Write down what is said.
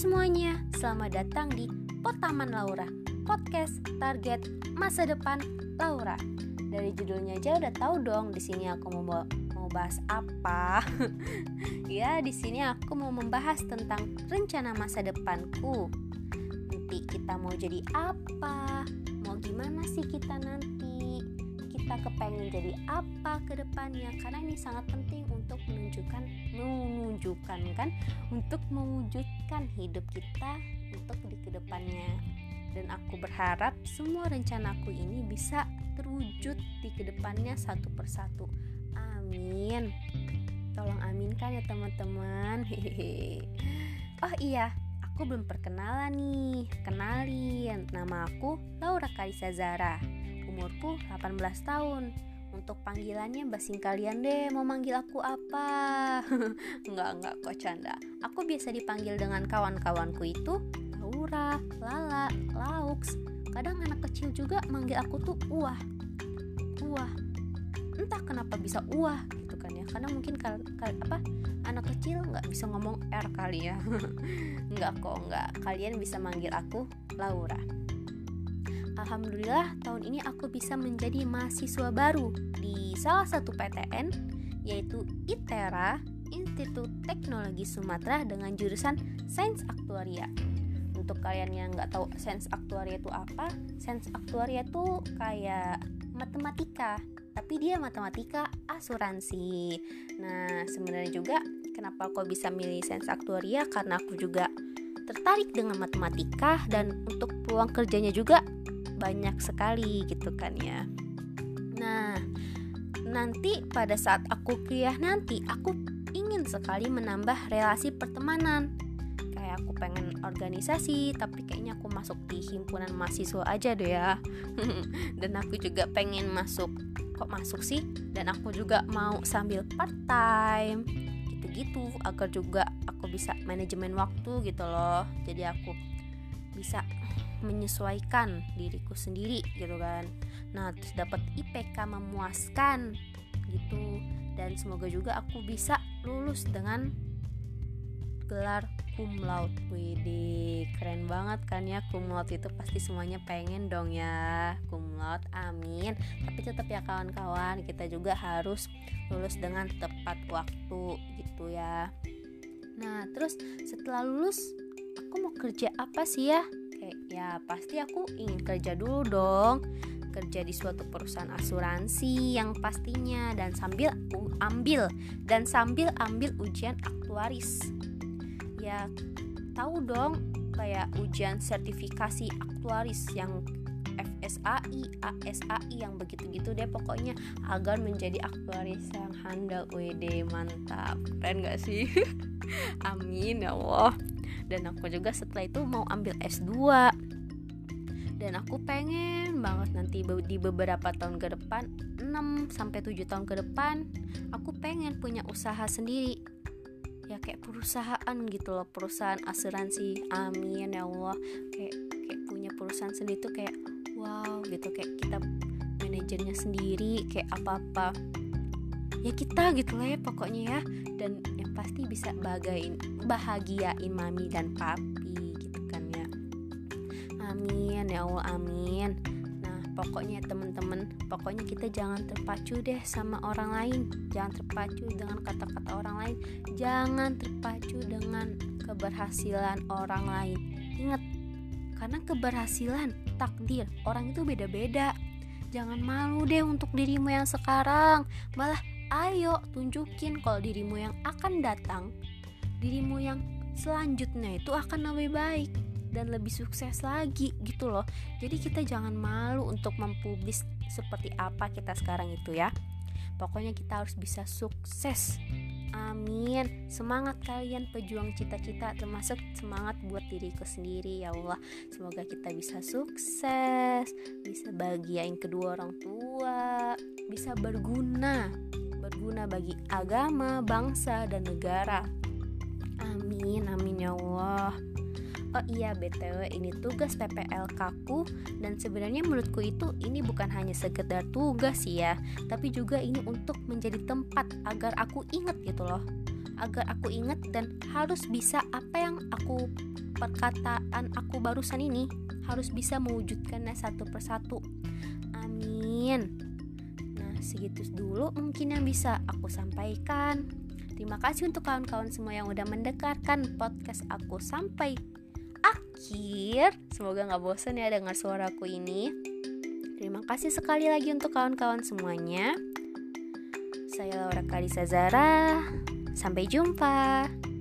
semuanya, selamat datang di Potaman Laura, podcast target masa depan Laura. Dari judulnya aja udah tahu dong di sini aku mau bahas apa. Ya, di sini aku mau membahas tentang rencana masa depanku. Nanti kita mau jadi apa? Mau gimana sih kita nanti? Kita kepengen jadi apa ke depannya? Karena ini sangat penting untuk mewujudkan hidup kita untuk di kedepannya. Dan aku berharap semua rencanaku ini bisa terwujud di kedepannya satu persatu. Amin. Tolong aminkan ya teman-teman. Oh iya, aku belum perkenalan nih. Kenalin, nama aku Laura Karisa Zara. Umurku 18 tahun. Untuk panggilannya basing kalian deh, mau manggil aku apa? Enggak kok canda. Aku biasa dipanggil dengan kawan-kawanku itu Laura, Lala, Laux. Kadang anak kecil juga manggil aku tuh Uah. Entah kenapa bisa Uah gitu kan ya. Karena mungkin anak kecil nggak bisa ngomong R kali ya. Enggak. Kalian bisa manggil aku Laura. Alhamdulillah tahun ini aku bisa menjadi mahasiswa baru di salah satu PTN, yaitu ITERA, Institut Teknologi Sumatera, dengan jurusan Sains Aktuaria. Untuk kalian yang nggak tahu Sains Aktuaria itu apa, Sains Aktuaria itu kayak matematika, tapi dia matematika asuransi. Nah, sebenarnya juga kenapa aku bisa milih Sains Aktuaria, karena aku juga tertarik dengan matematika dan untuk peluang kerjanya juga banyak sekali gitu kan ya. Nah, nanti pada saat aku kuliah nanti, aku ingin sekali menambah relasi pertemanan. Kayak aku pengen organisasi, tapi kayaknya aku masuk di himpunan mahasiswa aja deh ya. Dan aku juga pengen masuk sih? Dan aku juga mau sambil part time gitu-gitu, agar juga aku bisa manajemen waktu gitu loh. Jadi aku bisa menyesuaikan diriku sendiri gitu kan. Nah, terus dapat IPK memuaskan gitu. Dan semoga juga aku bisa lulus dengan gelar cum laude. Widih, keren banget kan ya, cum laude itu pasti semuanya pengen dong ya, cum laude, amin. Tapi tetap ya kawan-kawan, kita juga harus lulus dengan tepat waktu gitu ya. Nah, terus setelah lulus aku mau kerja apa sih ya? Ya pasti aku ingin kerja dulu dong, kerja di suatu perusahaan asuransi yang pastinya, dan sambil ambil ujian aktuaris. Ya tahu dong, kayak ujian sertifikasi aktuaris yang FSAI, ASAI, yang begitu-gitu deh pokoknya, agar menjadi aktuaris yang handal. WD, mantap, keren gak sih? Amin ya Allah. Dan aku juga setelah itu mau ambil S2. Dan aku pengen banget nanti di beberapa tahun ke depan, 6-7 tahun ke depan, aku pengen punya usaha sendiri. Ya kayak perusahaan gitu loh, perusahaan asuransi. Amin ya Allah. Kayak punya perusahaan sendiri tuh kayak wow gitu, kayak kita manajernya sendiri, kayak apa-apa ya kita gitu lah ya pokoknya ya. Dan yang pasti bisa bahagiain mami dan papi gitu kan ya. Amin ya Allah, amin. Nah pokoknya teman-teman, pokoknya kita jangan terpacu deh sama orang lain. Jangan terpacu dengan kata-kata orang lain. Jangan terpacu dengan keberhasilan orang lain. Ingat, karena keberhasilan, takdir orang itu beda-beda. Jangan malu deh untuk dirimu yang sekarang. Malah ayo tunjukin kalau dirimu yang akan datang, dirimu yang selanjutnya itu akan lebih baik dan lebih sukses lagi gitu loh. Jadi kita jangan malu untuk mempublis seperti apa kita sekarang itu ya. Pokoknya kita harus bisa sukses. Amin. Semangat kalian pejuang cita-cita, termasuk semangat buat diriku sendiri ya Allah. Semoga kita bisa sukses, bisa bahagiain kedua orang tua, bisa berguna bagi agama, bangsa, dan negara. Amin ya Allah. Oh iya, BTW ini tugas PPLK-ku, dan sebenarnya menurutku ini bukan hanya sekedar tugas sih ya, tapi juga ini untuk menjadi tempat agar aku ingat gitu loh, agar aku ingat dan harus bisa apa yang perkataan aku barusan ini harus bisa mewujudkannya satu persatu. Amin. Nah, segitu dulu mungkin yang bisa aku sampaikan. Terima kasih untuk kawan-kawan semua yang udah mendengarkan podcast aku sampai akhir. Semoga gak bosan ya dengar suaraku ini. Terima kasih sekali lagi untuk kawan-kawan semuanya. Saya Laura Kalisa Zara. Sampai jumpa.